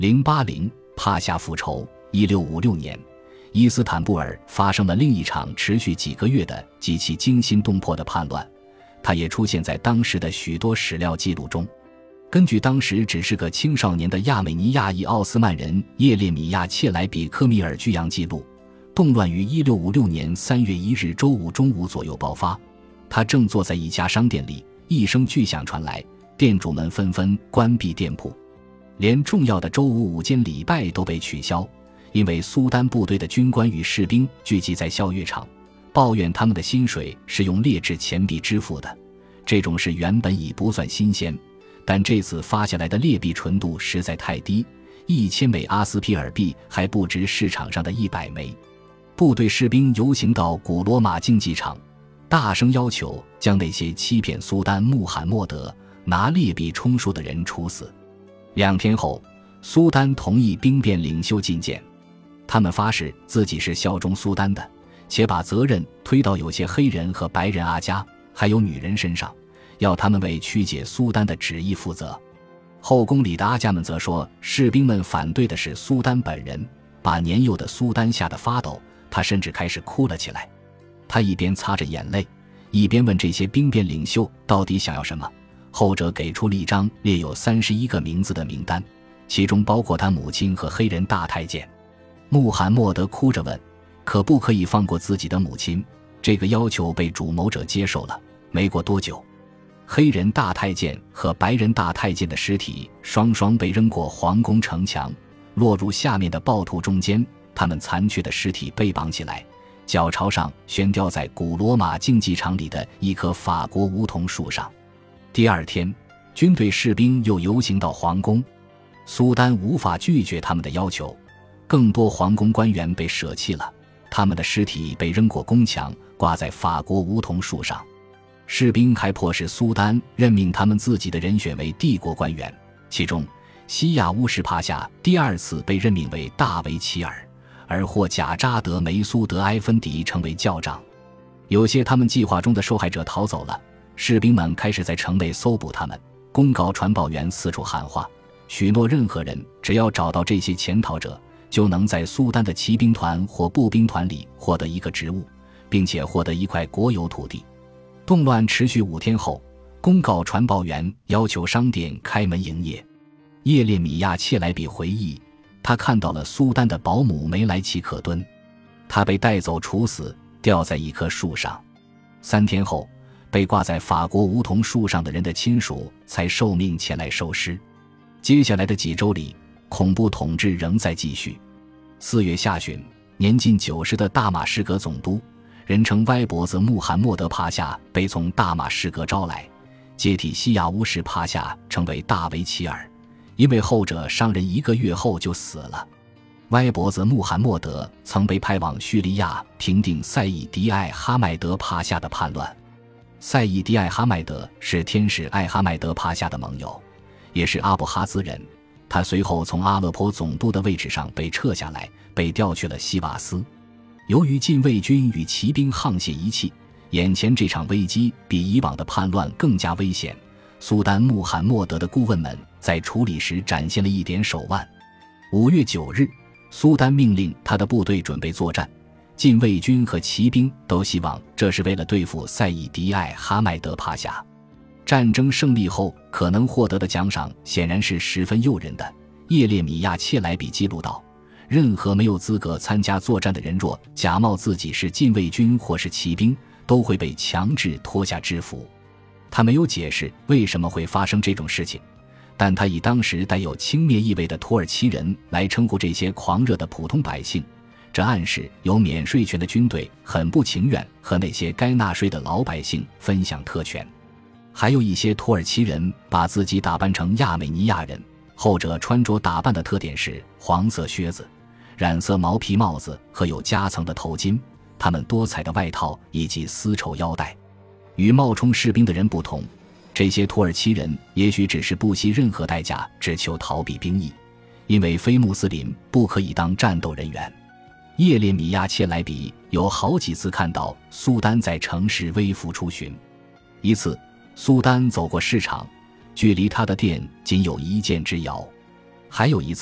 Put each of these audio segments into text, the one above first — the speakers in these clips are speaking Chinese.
080帕夏复仇。1656年，伊斯坦布尔发生了另一场持续几个月的极其惊心动魄的叛乱，它也出现在当时的许多史料记录中。根据当时只是个青少年的亚美尼亚裔奥斯曼人叶列米亚切莱比科米尔居扬记录，动乱于1656年3月1日周五中午左右爆发。他正坐在一家商店里，一声巨响传来，店主们纷纷关闭店铺，连重要的周五午间礼拜都被取消，因为苏丹部队的军官与士兵聚集在校乐场，抱怨他们的薪水是用劣质钱币支付的。这种事原本已不算新鲜，但这次发下来的劣币纯度实在太低，1000枚阿斯皮尔币还不值市场上的100枚。部队士兵游行到古罗马竞技场，大声要求将那些欺骗苏丹穆罕默德、拿劣币充数的人处死。2天后，苏丹同意兵变领袖觐见，他们发誓自己是效忠苏丹的，且把责任推到有些黑人和白人阿加还有女人身上，要他们为曲解苏丹的旨意负责。后宫里的阿加们则说，士兵们反对的是苏丹本人，把年幼的苏丹吓得发抖，他甚至开始哭了起来。他一边擦着眼泪，一边问这些兵变领袖到底想要什么。后者给出了一张列有31个名字的名单，其中包括他母亲和黑人大太监。穆罕默德哭着问，可不可以放过自己的母亲？这个要求被主谋者接受了。没过多久，黑人大太监和白人大太监的尸体双双被扔过皇宫城墙，落入下面的暴徒中间。他们残缺的尸体被绑起来，脚朝上悬吊在古罗马竞技场里的一棵法国梧桐树上。第2天，军队士兵又游行到皇宫，苏丹无法拒绝他们的要求，更多皇宫官员被舍弃了，他们的尸体被扔过宫墙，挂在法国梧桐树上。士兵还迫使苏丹任命他们自己的人选为帝国官员，其中西亚乌什帕夏第2次被任命为大维齐尔，而霍贾扎德梅苏德埃芬迪成为教长。有些他们计划中的受害者逃走了，士兵们开始在城内搜捕他们，公告传报员四处喊话，许诺任何人只要找到这些潜逃者，就能在苏丹的骑兵团或步兵团里获得一个职务，并且获得一块国有土地。动乱持续5天后，公告传报员要求商店开门营业。叶列米亚切莱比回忆，他看到了苏丹的保姆梅莱奇可敦，他被带走处死，吊在一棵树上。3天后，被挂在法国梧桐树上的人的亲属才受命前来收尸。接下来的几周里，恐怖统治仍在继续。4月下旬，年近90的大马士革总督，人称歪脖子穆罕默德帕夏，被从大马士革招来，接替西亚乌什帕夏成为大维齐尔，因为后者上任1个月后就死了。歪脖子穆罕默德曾被派往叙利亚平定赛义迪艾哈迈德帕夏的叛乱。赛义迪艾哈迈德是天使艾哈迈德帕夏的盟友，也是阿布哈兹人。他随后从阿勒颇总督的位置上被撤下来，被调去了西瓦斯。由于禁卫军与骑兵沆瀣一气，眼前这场危机比以往的叛乱更加危险。苏丹穆罕默德的顾问们在处理时展现了一点手腕。5月9日，苏丹命令他的部队准备作战，禁卫军和骑兵都希望这是为了对付赛义迪艾哈迈德帕夏。战争胜利后可能获得的奖赏显然是十分诱人的。叶列米亚切莱比记录道，任何没有资格参加作战的人若假冒自己是禁卫军或是骑兵，都会被强制脱下制服。他没有解释为什么会发生这种事情，但他以当时带有轻蔑意味的土耳其人来称呼这些狂热的普通百姓，这暗示有免税权的军队很不情愿和那些该纳税的老百姓分享特权。还有一些土耳其人把自己打扮成亚美尼亚人，后者穿着打扮的特点是黄色靴子、染色毛皮帽子和有夹层的头巾，他们多彩的外套以及丝绸腰带。与冒充士兵的人不同，这些土耳其人也许只是不惜任何代价，只求逃避兵役，因为非穆斯林不可以当战斗人员。叶列米亚切莱比有好几次看到苏丹在城市微服出巡。一次，苏丹走过市场，距离他的店仅有1箭之遥。还有一次，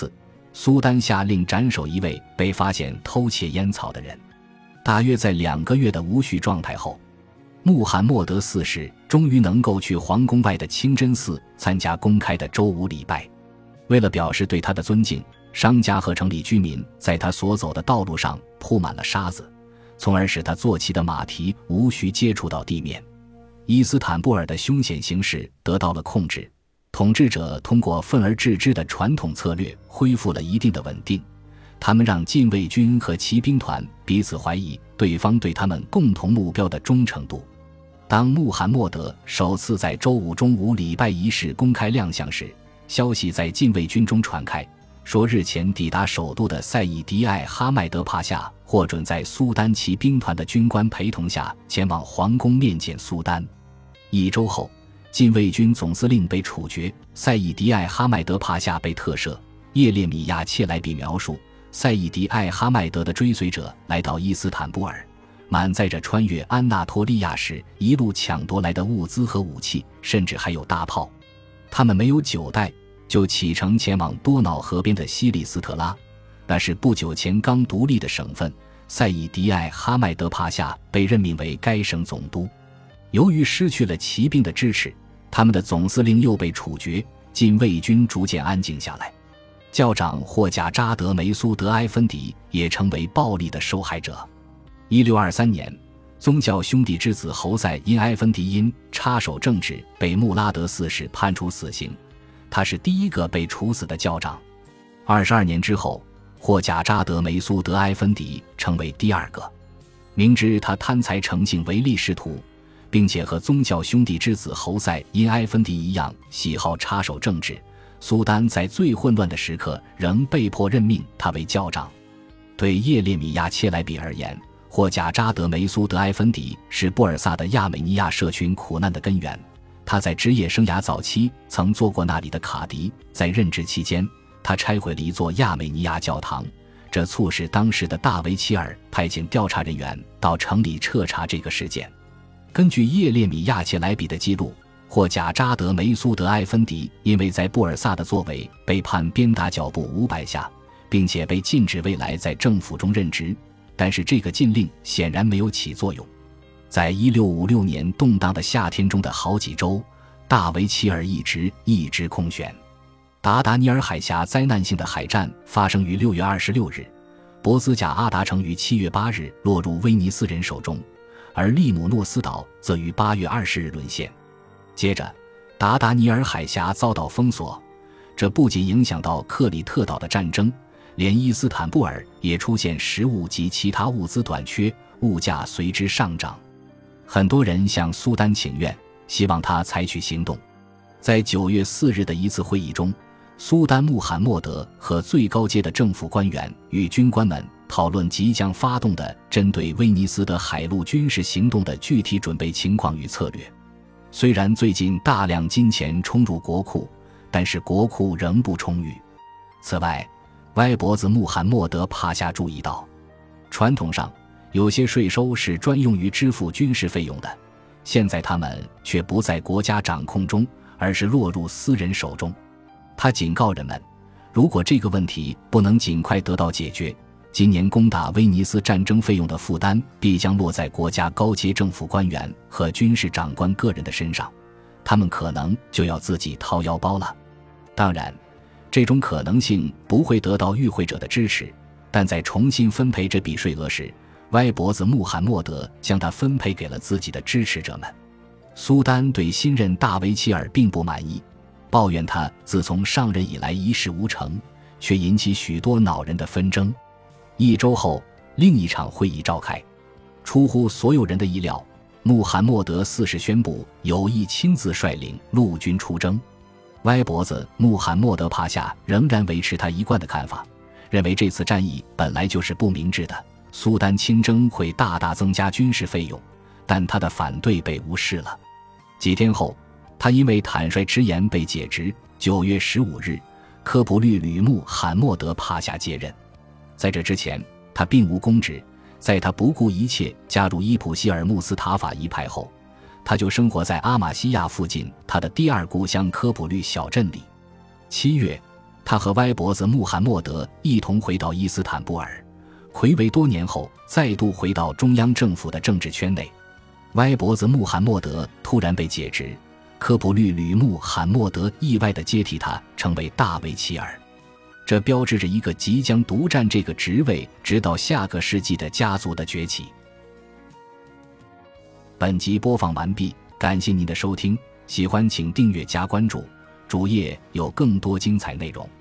苏丹下令斩首一位被发现偷窃烟草的人。大约在2个月的无序状态后，穆罕默德4世终于能够去皇宫外的清真寺参加公开的周五礼拜。为了表示对他的尊敬，商家和城里居民在他所走的道路上铺满了沙子，从而使他坐骑的马蹄无需接触到地面。伊斯坦布尔的凶险形势得到了控制，统治者通过愤而治之的传统策略恢复了一定的稳定。他们让禁卫军和骑兵团彼此怀疑对方对他们共同目标的忠诚度。当穆罕默德首次在周五中午礼拜仪式公开亮相时，消息在禁卫军中传开，说日前抵达首都的赛义迪艾哈迈德帕夏获准在苏丹骑兵团的军官陪同下前往皇宫面见苏丹。1周后，禁卫军总司令被处决，赛义迪艾哈迈德帕夏被特赦。叶列米亚切莱比描述，赛义迪艾哈迈德的追随者来到伊斯坦布尔，满载着穿越安纳托利亚时一路抢夺来的物资和武器，甚至还有大炮。他们没有酒带，就启程前往多瑙河边的西里斯特拉，那是不久前刚独立的省份。赛义迪艾哈迈德帕夏被任命为该省总督。由于失去了骑兵的支持，他们的总司令又被处决，禁卫军逐渐安静下来。教长霍贾扎德梅苏德埃芬迪也成为暴力的受害者。1623年，宗教兄弟之子侯赛因埃芬迪因插手政治被穆拉德4世判处死刑，他是第一个被处死的教长。22年之后，霍贾扎德梅苏德埃芬迪成为第2个。明知他贪财成性唯利是图，并且和宗教兄弟之子侯赛因埃芬迪一样喜好插手政治，苏丹在最混乱的时刻仍被迫任命他为教长。对叶列米亚切莱比而言，霍贾扎德梅苏德埃芬迪是布尔萨的亚美尼亚社群苦难的根源。他在职业生涯早期曾做过那里的卡迪，在任职期间，他拆毁了一座亚美尼亚教堂，这促使当时的大维齐尔派遣调查人员到城里彻查这个事件。根据叶列米亚切莱比的记录，霍贾扎德梅苏德埃芬迪因为在布尔萨的作为被判鞭打脚部500下，并且被禁止未来在政府中任职，但是这个禁令显然没有起作用。在1656年动荡的夏天中的好几周，大维齐尔一直空悬。达达尼尔海峡灾难性的海战发生于6月26日，博兹贾阿达城于7月8日落入威尼斯人手中，而利姆诺斯岛则于8月20日沦陷。接着，达达尼尔海峡遭到封锁，这不仅影响到克里特岛的战争，连伊斯坦布尔也出现食物及其他物资短缺，物价随之上涨。很多人向苏丹请愿，希望他采取行动。在9月4日的一次会议中，苏丹穆罕默德和最高阶的政府官员与军官们讨论即将发动的针对威尼斯的海陆军事行动的具体准备情况与策略。虽然最近大量金钱冲入国库，但是国库仍不充裕。此外，歪脖子穆罕默德帕夏注意到，传统上有些税收是专用于支付军事费用的，现在他们却不在国家掌控中，而是落入私人手中。他警告人们，如果这个问题不能尽快得到解决，今年攻打威尼斯战争费用的负担必将落在国家高阶政府官员和军事长官个人的身上，他们可能就要自己掏腰包了。当然，这种可能性不会得到与会者的支持，但在重新分配这笔税额时，歪脖子穆罕默德将它分配给了自己的支持者们。苏丹对新任大维齐尔并不满意，抱怨他自从上任以来一事无成，却引起许多恼人的纷争。1周后，另一场会议召开，出乎所有人的意料，穆罕默德4世宣布有意亲自率领陆军出征。歪脖子穆罕默德帕夏仍然维持他一贯的看法，认为这次战役本来就是不明智的，苏丹亲征会大大增加军事费用，但他的反对被无视了。几天后，他因为坦率直言被解职。9月15日，科普律吕穆罕默德帕夏接任。在这之前，他并无公职。在他不顾一切加入伊普希尔穆斯塔法一派后，他就生活在阿玛西亚附近他的第2故乡科普律小镇里。7月， 他和歪脖子穆罕默德一同回到伊斯坦布尔，睽违多年后再度回到中央政府的政治圈内。歪脖子穆罕默德突然被解职，科普律吕穆罕默德意外地接替他，成为大维齐尔。这标志着一个即将独占这个职位直到下个世纪的家族的崛起。本集播放完毕，感谢您的收听，喜欢请订阅加关注，主页有更多精彩内容。